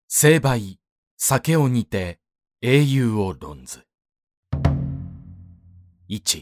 成敗、酒を煮て英雄を論ず。1、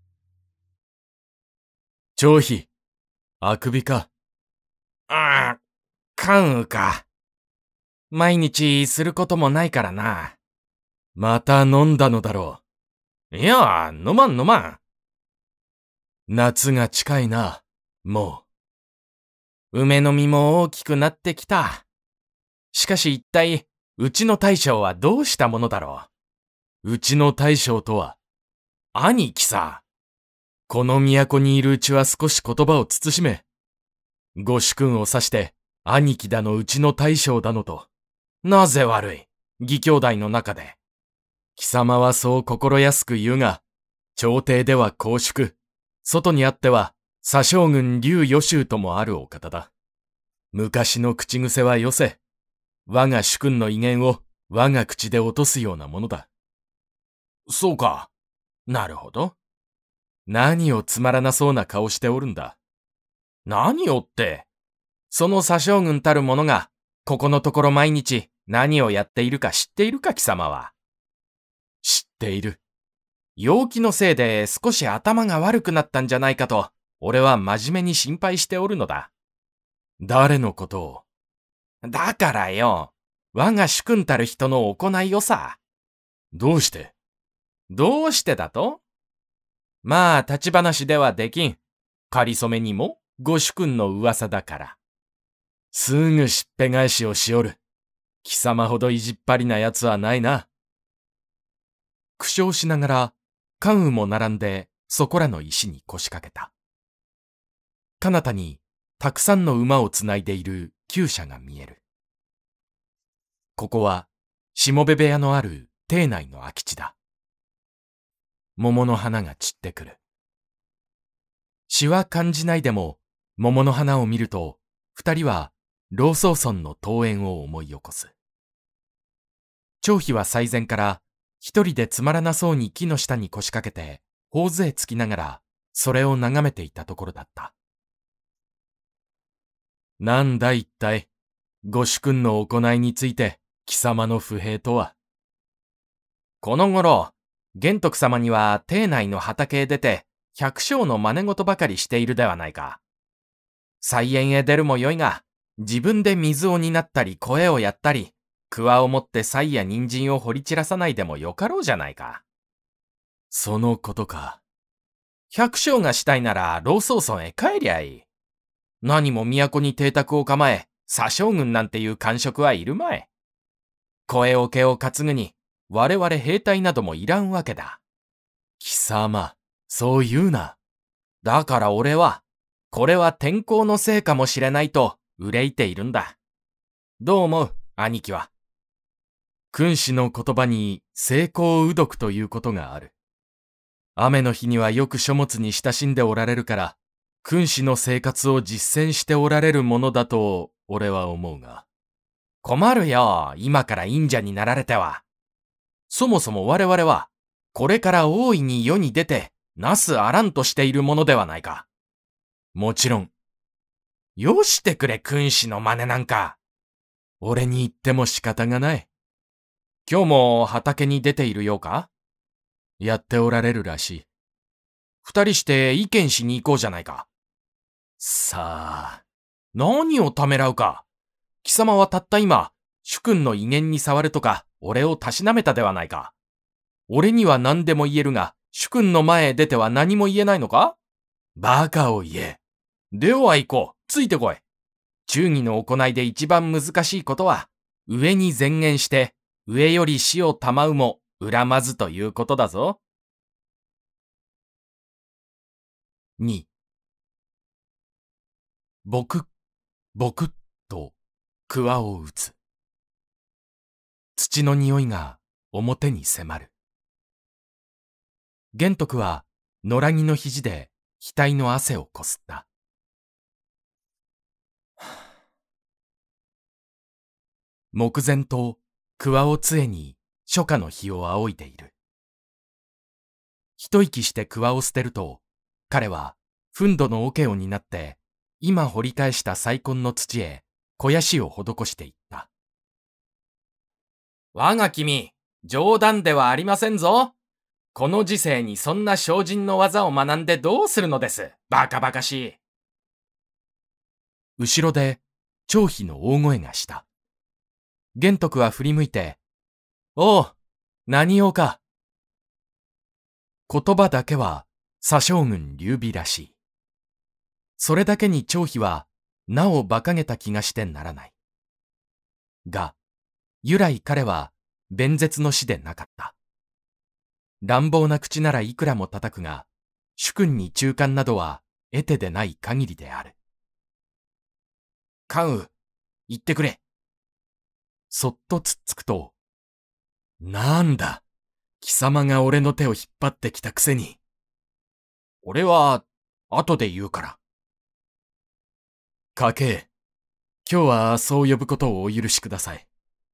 張飛、あくびか。 ああ、関羽か。毎日することもないからな。 また飲んだのだろいや、飲まん。 う。夏が近いな、も梅の実も大きくなってきた。しかし一体、うちの大将はどうしたものだろう。うちの大将とは、 兄貴さ。 この都にいるうちは少し言葉を慎め。ご主君を指して、兄貴だのうちの大将だのと。 なぜ悪い、義兄弟の中で。 貴様はそう心安く言うが、朝廷では公祝、外にあっては、左将軍劉予習ともあるお方だ。昔の口癖はよせ。我が主君の威厳を我が口で落とすようなものだ。 そうか。なるほど。 何をつまらなそうな顔しておるんだ。 何をって。その左将軍たる者が、ここのところ毎日何をやっているか知っているか貴様は。 知っている。 陽気のせいで少し頭が悪くなったんじゃないかと、俺は真面目に心配しておるのだ。 誰のことを？ だからよ、我が主君たる人の行いをさ。 どうして？ どうしてだと？まあ、立ち話ではできん。仮初めにも、ご主君の噂だから。 すぐしっぺ返しをしおる。貴様ほど意地っ張りな奴はないな。苦笑しながら、関羽も並んでそこらの石に腰掛けた。彼方にたくさんの馬をつないでいる厩舎が見える。ここは、しもべ部屋のある邸内の空き地だ。桃の花が散ってくる。詩は感じないでも、桃の花を見ると、二人は老荘村の桃園を思い起こす。張飛は最前から一人でつまらなそうに木の下に腰掛けて、頬杖つきながら、それを眺めていたところだった。なんだ一体、ご主君の行いについて、貴様の不平とは。 この頃、玄徳様には邸内の畑へ出て、百姓の真似事ばかりしているではないか。菜園へ出るもよいが、自分で水を担ったり肥をやったり、桑を持って菜や人参を掘り散らさないでもよかろうじゃないか。 そのことか。 百姓がしたいなら老荘村へ帰りゃいい。何も都に邸宅を構え、左将軍なんていう官職はいるまい。肥桶を担ぐに、我々兵隊などもいらんわけだ。 貴様、そう言うな。 だから俺は、これは天候のせいかもしれないと憂いているんだ。どう思う、兄貴は。 君子の言葉に成功うどくということがある。雨の日にはよく書物に親しんでおられるから、君子の生活を実践しておられるものだと俺は思うが。 困るよ、今から忍者になられては。そもそも我々は、これから大いに世に出て、なすあらんとしているものではないか。 もちろん。 よしてくれ、君子の真似なんか。 俺に言っても仕方がない。 今日も畑に出ているようか？ やっておられるらしい。 二人して意見しに行こうじゃないか。 さあ。 何をためらうか。貴様はたった今、主君の威厳に触るとか、俺をたしなめたではないか。俺には何でも言えるが、主君の前へ出ては何も言えないのか？ バカを言え。 では行こう。ついてこい。忠義の行いで一番難しいことは、上に前言して、上より死を賜うも恨まずということだぞ。 2、ボクッと桑を打つ。土の匂いが表に迫る。玄徳は野良着の肘で額の汗をこすった。目前と桑を杖に初夏の日を仰いでいる。一息して桑を捨てると、彼は憤怒の桶を担って、今掘り返した再婚の土へ肥やしを施していった。 我が君、冗談ではありませんぞ。この時世にそんな精進の技を学んでどうするのです。バカバカしい。 後ろで張飛の大声がした。玄徳は振り向いて、おう、何用か。言葉だけは左将軍劉備らしい。それだけに張飛はなお馬鹿げた気がしてならない。が、由来彼は弁舌の師でなかった。乱暴な口ならいくらも叩くが、主君に忠肝などは得てでない限りである。 関羽、言ってくれ。 そっとつっつくと、なんだ、貴様が俺の手を引っ張ってきたくせに。 俺は、後で言うから。 家計、今日はそう呼ぶことをお許しください。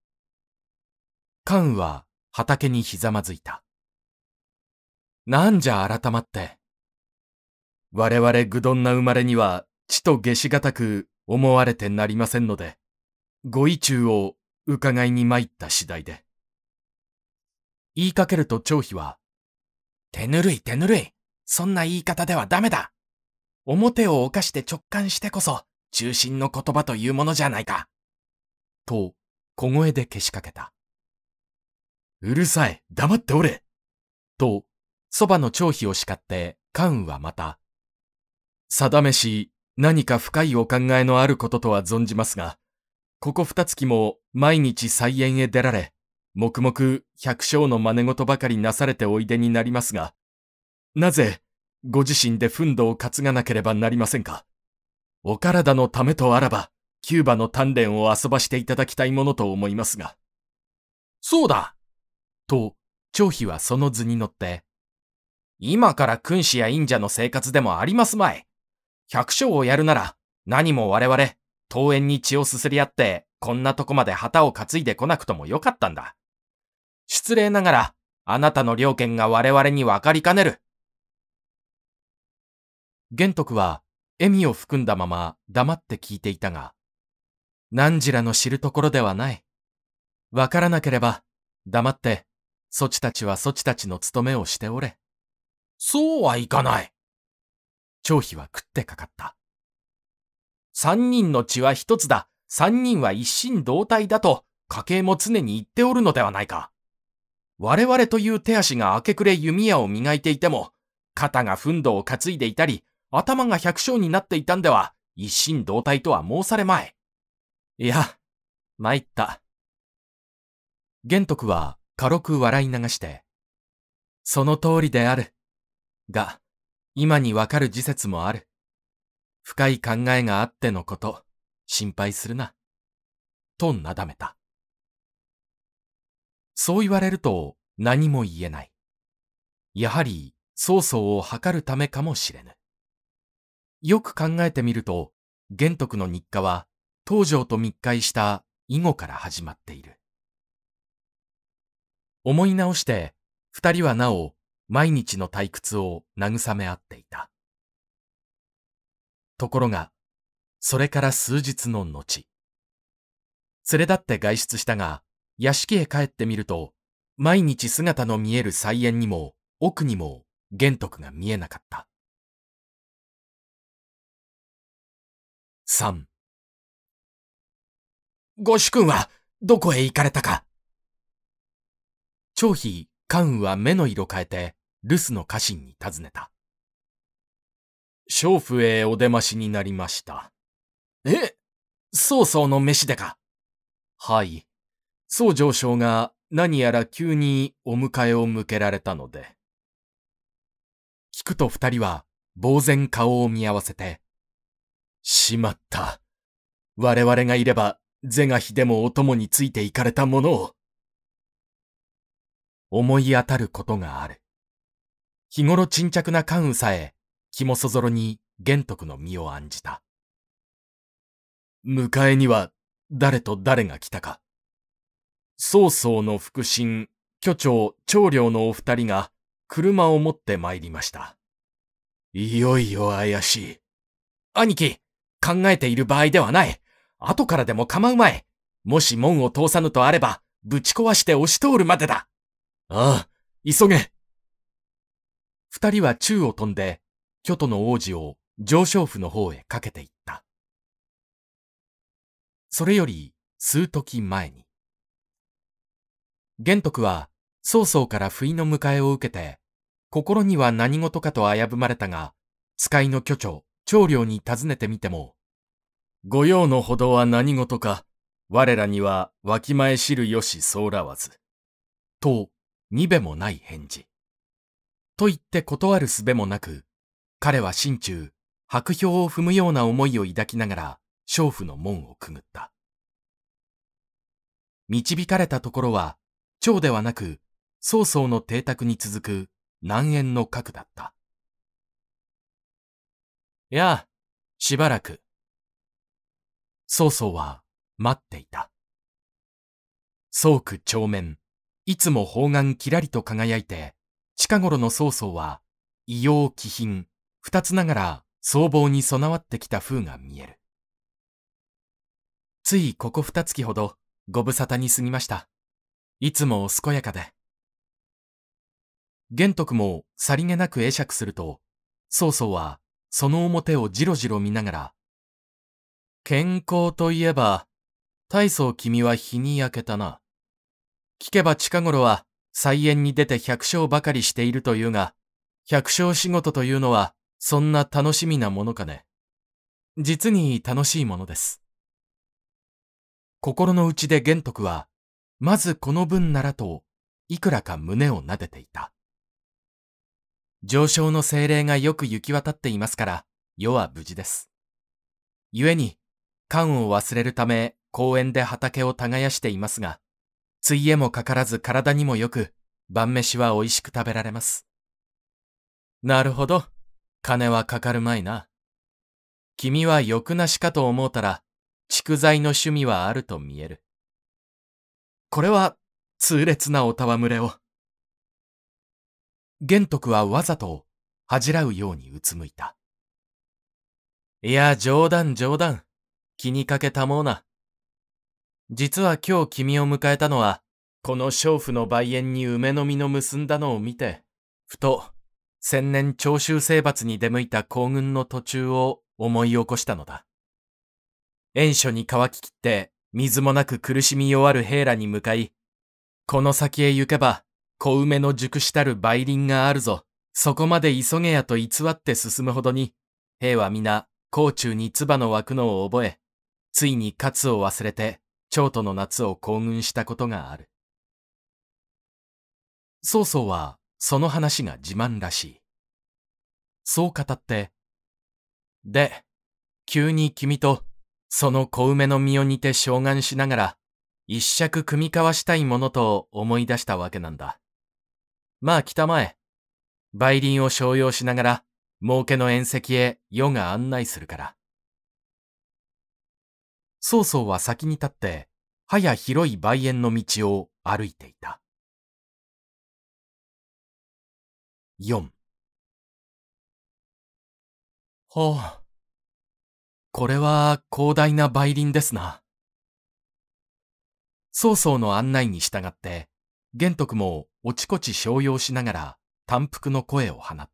関羽は畑にひざまずいた。なんじゃ改まって。我々愚鈍な生まれには地と下しがたく思われてなりませんので、ご意中を伺いに参った次第で。言いかけると張飛は、 手ぬるい手ぬるい。そんな言い方ではダメだ。表を犯して直感してこそ、中心の言葉というものじゃないか。 と小声でけしかけた。うるさい、黙っておれ。と、そばの張飛を叱って関羽はまた、定めし何か深いお考えのあることとは存じますが、ここ2月も毎日菜園へ出られ、黙々百姓の真似事ばかりなされておいでになりますが、なぜご自身で憤怒を担がなければなりませんか。お体のためとあらば、キューバの鍛錬を遊ばしていただきたいものと思いますが。 そうだと、張飛はその図に乗って、 今から君子や忍者の生活でもありますまい。百姓をやるなら、何も我々、桃園に血をすすり合って、こんなとこまで旗を担いでこなくともよかったんだ。失礼ながら、あなたの了見が我々に分かりかねる。 玄徳は笑みを含んだまま黙って聞いていたが、何らの知るところではない。わからなければ、黙って、そちたちはそちたちの務めをしておれ。 そうはいかない。 張飛は食ってかかった。 三人の血は一つだ。三人は一心同体だと、家計も常に言っておるのではないか。我々という手足が明け暮れ弓矢を磨いていても、肩が憤怒を担いでいたり、頭が百姓になっていたんでは、一心同体とは申されまい。 いや、参った。玄徳は軽く笑い流して、その通りである。が、今にわかる時節もある。深い考えがあってのこと、心配するな。となだめた。そう言われると何も言えない。やはり曹操を図るためかもしれぬ。よく考えてみると、玄徳の日課は東條と密会した以後から始まっている。思い直して、二人はなお毎日の退屈を慰め合っていた。ところが、それから数日の後、連れ立って外出したが、屋敷へ帰ってみると、毎日姿の見える菜園にも奥にも玄徳が見えなかった。3、 ご主君はどこへ行かれたか。 張飛、関羽は目の色変えて留守の家臣に尋ねた。娼婦へお出ましになりました。 曹操の飯でか。 はい。曹丞相が何やら急にお迎えを向けられたので。聞くと二人は呆然顔を見合わせて、しまった。我々がいれば是が非でもお供について行かれたものを。思い当たることがある。日頃沈着な関羽さえ、肝そぞろに玄徳の身を案じた。迎えには誰と誰が来たか。曹操の腹心、巨長、長領のお二人が車を持って参りました。いよいよ怪しい。 兄貴、考えている場合ではない。後からでも構うまい。もし門を通さぬとあれば、 ぶち壊して押し通るまでだ。 ああ、急げ。 二人は宙を飛んで、巨都の王子を上昇府の方へかけていった。それより数時前に、玄徳は曹操から不意の迎えを受けて、心には何事かと危ぶまれたが、使いの巨長、長領に尋ねてみても、 御用のほどは何事か、我らにはわきまえ知るよしそうらわず。 と、にべもない返事。と言って断るすべもなく、彼は心中、白氷を踏むような思いを抱きながら、娼婦の門をくぐった。導かれたところは、趙ではなく、曹操の邸宅に続く南縁の閣だった。やあ、しばらく。曹操は待っていた。宗区長面、いつも方眼きらりと輝いて、近頃の曹操は、異様気品、二つながら僧帽に備わってきた風が見える。ついここ二月ほど、ご無沙汰に過ぎました。いつもお健やかで。玄徳もさりげなく会釈すると、曹操はその表をじろじろ見ながら、健康といえば、大層君は日に焼けたな。聞けば近頃は菜園に出て百姓ばかりしているというが、百姓仕事というのはそんな楽しみなものかね。実に楽しいものです。心の内で玄徳は、まずこの分ならと、いくらか胸を撫でていた。上昇の精霊がよく行き渡っていますから、世は無事です。故に、官を忘れるため公園で畑を耕していますが、ついえもかからず体にもよく、晩飯は美味しく食べられます。なるほど、金はかかるまいな。君は欲なしかと思うたら、蓄財の趣味はあると見える。これは痛烈なお戯れを。玄徳はわざと恥じらうようにうつむいた。いや、冗談。気にかけたもうな。実は今日君を迎えたのは、この娼婦の梅園に梅の実の結んだのを見て、ふと、先年長州征伐に出向いた行軍の途中を思い起こしたのだ。塩所に乾ききって水もなく苦しみ弱る兵らに向かい、この先へ行けば小梅の熟したる梅林があるぞ。そこまで急げやと偽って進むほどに、兵は皆甲冑に唾の湧くのを覚え、ついに勝を忘れて長途の夏を行軍したことがある。曹操はその話が自慢らしい。そう語って、で、急に君とその小梅の実を煮て召喚しながら、一尺酌み交わしたいものと思い出したわけなんだ。まあ来たまえ。梅林を商用しながら、儲けの宴席へ余が案内するから。曹操は先に立って、はや広い梅園の道を歩いていた。4。ほう。これは広大な梅林ですな。曹操の案内に従って、玄徳もおちこち商用しながら短幅の声を放った。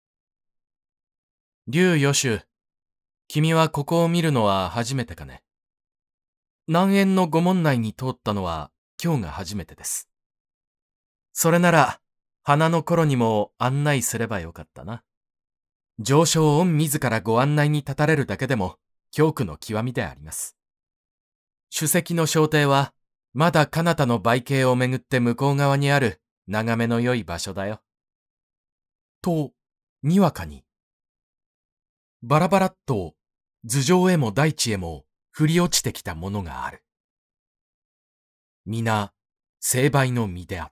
劉与手、君はここを見るのは初めてかね。南園の御門内に通ったのは今日が初めてです。それなら、花の頃にも案内すればよかったな。上昇御自らご案内に立たれるだけでも恐怖の極みであります。主席の小邸は、まだ彼方の梅渓をめぐって向こう側にある眺めの良い場所だよ。と、にわかに。バラバラっと頭上へも大地へも降り落ちてきたものがある。皆、成敗の実であった。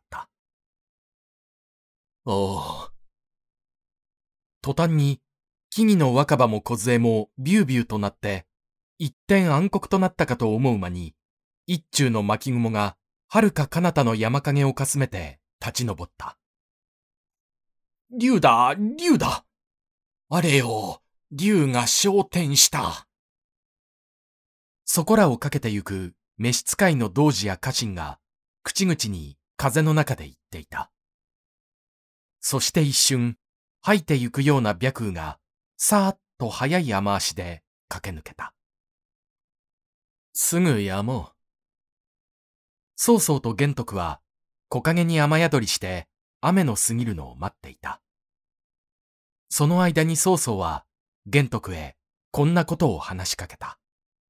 おお。途端に、木々の若葉も梢もビュービューとなって、一点暗黒となったかと思う間に、一中の巻雲が遥か彼方の山影をかすめて立ち上った。竜だ。あれよ、竜が昇天した。そこらをかけてゆく召使いの童子や家臣が口々に風の中で言っていた。そして一瞬、吐いてゆくような白空が、さーっと速い雨足で駆け抜けた。すぐやもう。曹操と玄徳は、木陰に雨宿りして、雨の過ぎるのを待っていた。その間に曹操は、玄徳へ、こんなことを話しかけた。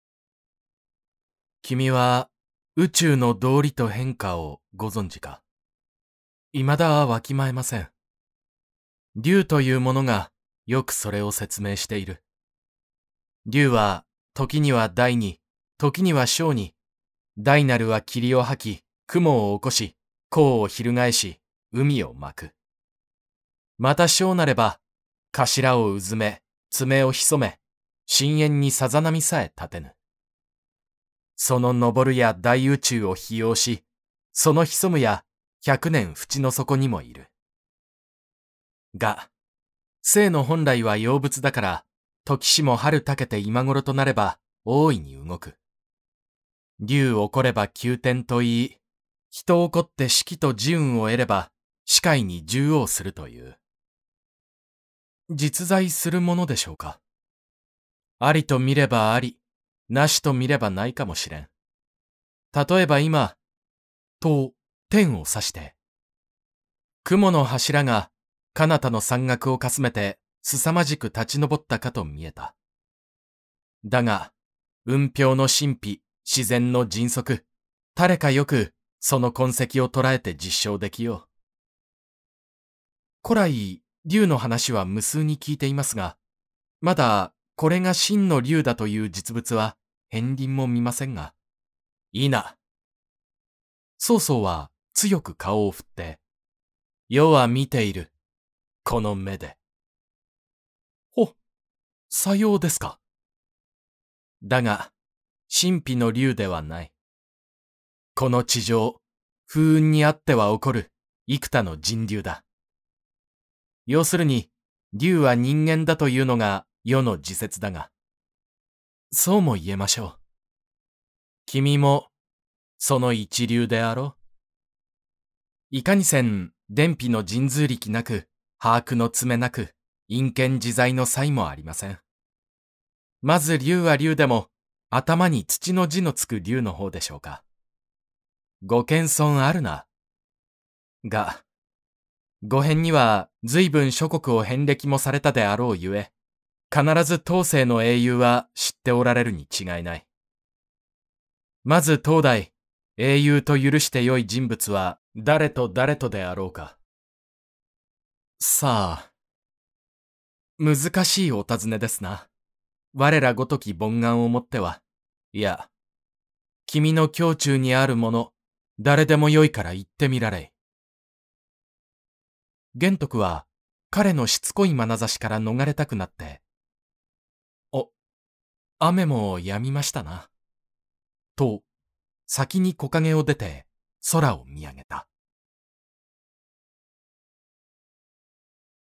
君は、宇宙の道理と変化をご存知か？未だわきまえません。龍というものが、よくそれを説明している。龍は、時には大に、時には小に、大なるは霧を吐き、雲を起こし、甲を翻し、海を巻く。また小なれば、頭をうずめ、爪を潜め、深淵にさざ波さえ立てぬ。その昇るや大宇宙を飛揚し、その潜むや100年淵の底にもいる。が、生の本来は妖物だから、時しも春たけて今頃となれば大いに動く。竜起これば急転と言い、人起こって士気と自運を得れば、視界に縦横するという。実在するものでしょうか？ありと見ればあり、なしと見ればないかもしれん。例えば今、と天を指して、雲の柱が彼方の山岳をかすめて凄まじく立ち上ったかと見えた。だが、雲氷の神秘、自然の迅速、誰かよくその痕跡を捉えて実証できよう。古来、竜の話は無数に聞いていますが、まだこれが真の竜だという実物は片鱗も見ませんが。いいな。曹操は強く顔を振って、世は見ている。この目で。さようですか。だが、神秘の竜ではない。この地上、風雲にあっては起こる幾多の人流だ。要するに、竜は人間だというのが世の自説だが、そうも言えましょう。君も、その一流であろう。いかにせん、伝否の神通力なく、把握の爪なく、陰険自在の才もありません。まず竜は竜でも、頭に土の字のつく竜の方でしょうか。ご謙遜あるな。が、ご辺には随分諸国を遍歴もされたであろうゆえ、必ず当世の英雄は知っておられるに違いない。まず当代、英雄と許してよい人物は誰と誰とであろうか。さあ、難しいお尋ねですな。我らごとき凡願をもっては、いや、君の胸中にあるもの、誰でもよいから言ってみられい。玄徳は彼のしつこい眼差しから逃れたくなって、雨も止みましたな。と、先に木陰を出て空を見上げた。